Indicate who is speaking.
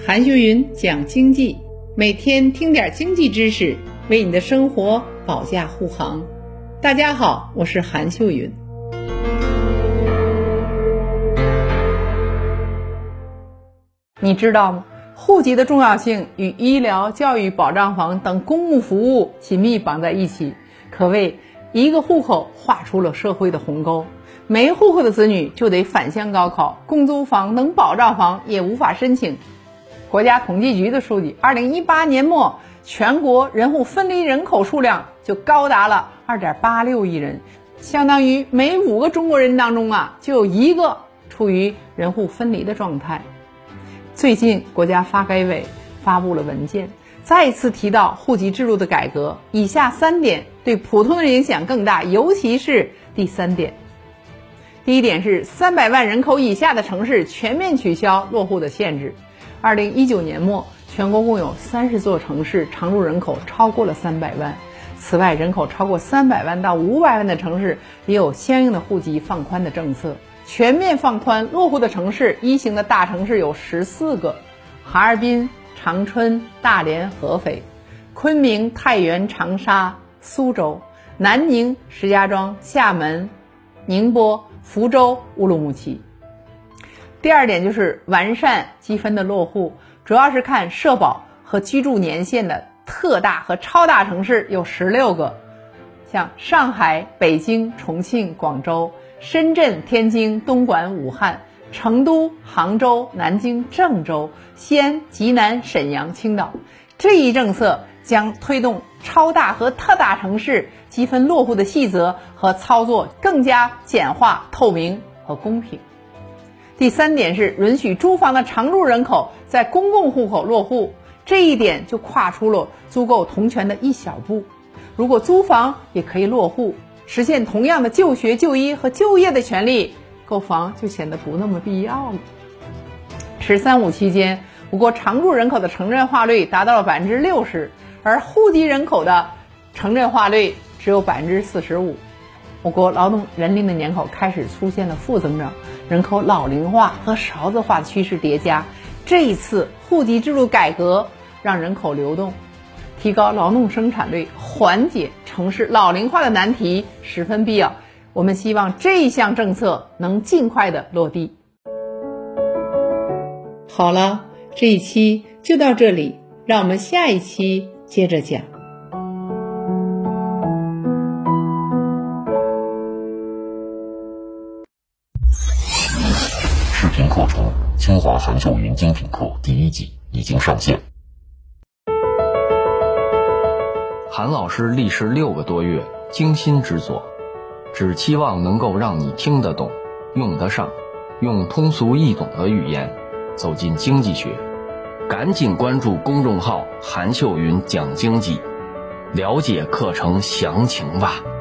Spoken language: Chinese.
Speaker 1: 韩秀云讲经济，每天听点经济知识，为你的生活保驾护航。大家好，我是韩秀云。你知道吗？户籍的重要性与医疗、教育、保障房等公共服务紧密绑在一起，可谓一个户口画出了社会的鸿沟。没户口的子女就得返乡高考，公租房等保障房也无法申请。国家统计局的数据，2018年末全国人户分离人口数量就高达了 2.86 亿人，相当于每5个中国人当中就有1个处于人户分离的状态。最近国家发改委发布了文件，再次提到户籍制度的改革，以下3点对普通人影响更大，尤其是第3点。第一点是300万人口以下的城市全面取消落户的限制。2019年末，全国共有30座城市常住人口超过了300万。此外，人口超过300万到500万的城市也有相应的户籍放宽的政策。全面放宽落户的城市，1型的大城市有14个：哈尔滨、长春、大连、合肥；昆明、太原、长沙、苏州；南宁、石家庄、厦门、宁波、福州、乌鲁木齐。第二点就是完善积分的落户，主要是看社保和居住年限的特大和超大城市有16个，像上海、北京、重庆、广州、深圳、天津、东莞、武汉、成都、杭州、南京、郑州、西安、济南、沈阳、青岛。这一政策将推动超大和特大城市积分落户的细则和操作更加简化、透明和公平。第3点是允许租房的常住人口在公共户口落户，这一点就跨出了租购同权的一小步。如果租房也可以落户，实现同样的就学、就医和就业的权利，购房就显得不那么必要了。“十三五”期间，我国常住人口的城镇化率达到了 60%， 而户籍人口的城镇化率只有 45%。我国劳动人力的年口开始出现了负增长，人口老龄化和少子化趋势叠加。这一次户籍制度改革让人口流动，提高劳动生产率，缓解城市老龄化的难题十分必要。我们希望这一项政策能尽快的落地。好了，这一期就到这里，让我们下一期接着讲。
Speaker 2: 视频课程《清华韩秀云精品课》第1季已经上线。
Speaker 3: 韩老师历时6个多月精心制作，只期望能够让你听得懂、用得上，用通俗易懂的语言走进经济学。赶紧关注公众号韩秀云讲经济，了解课程详情吧。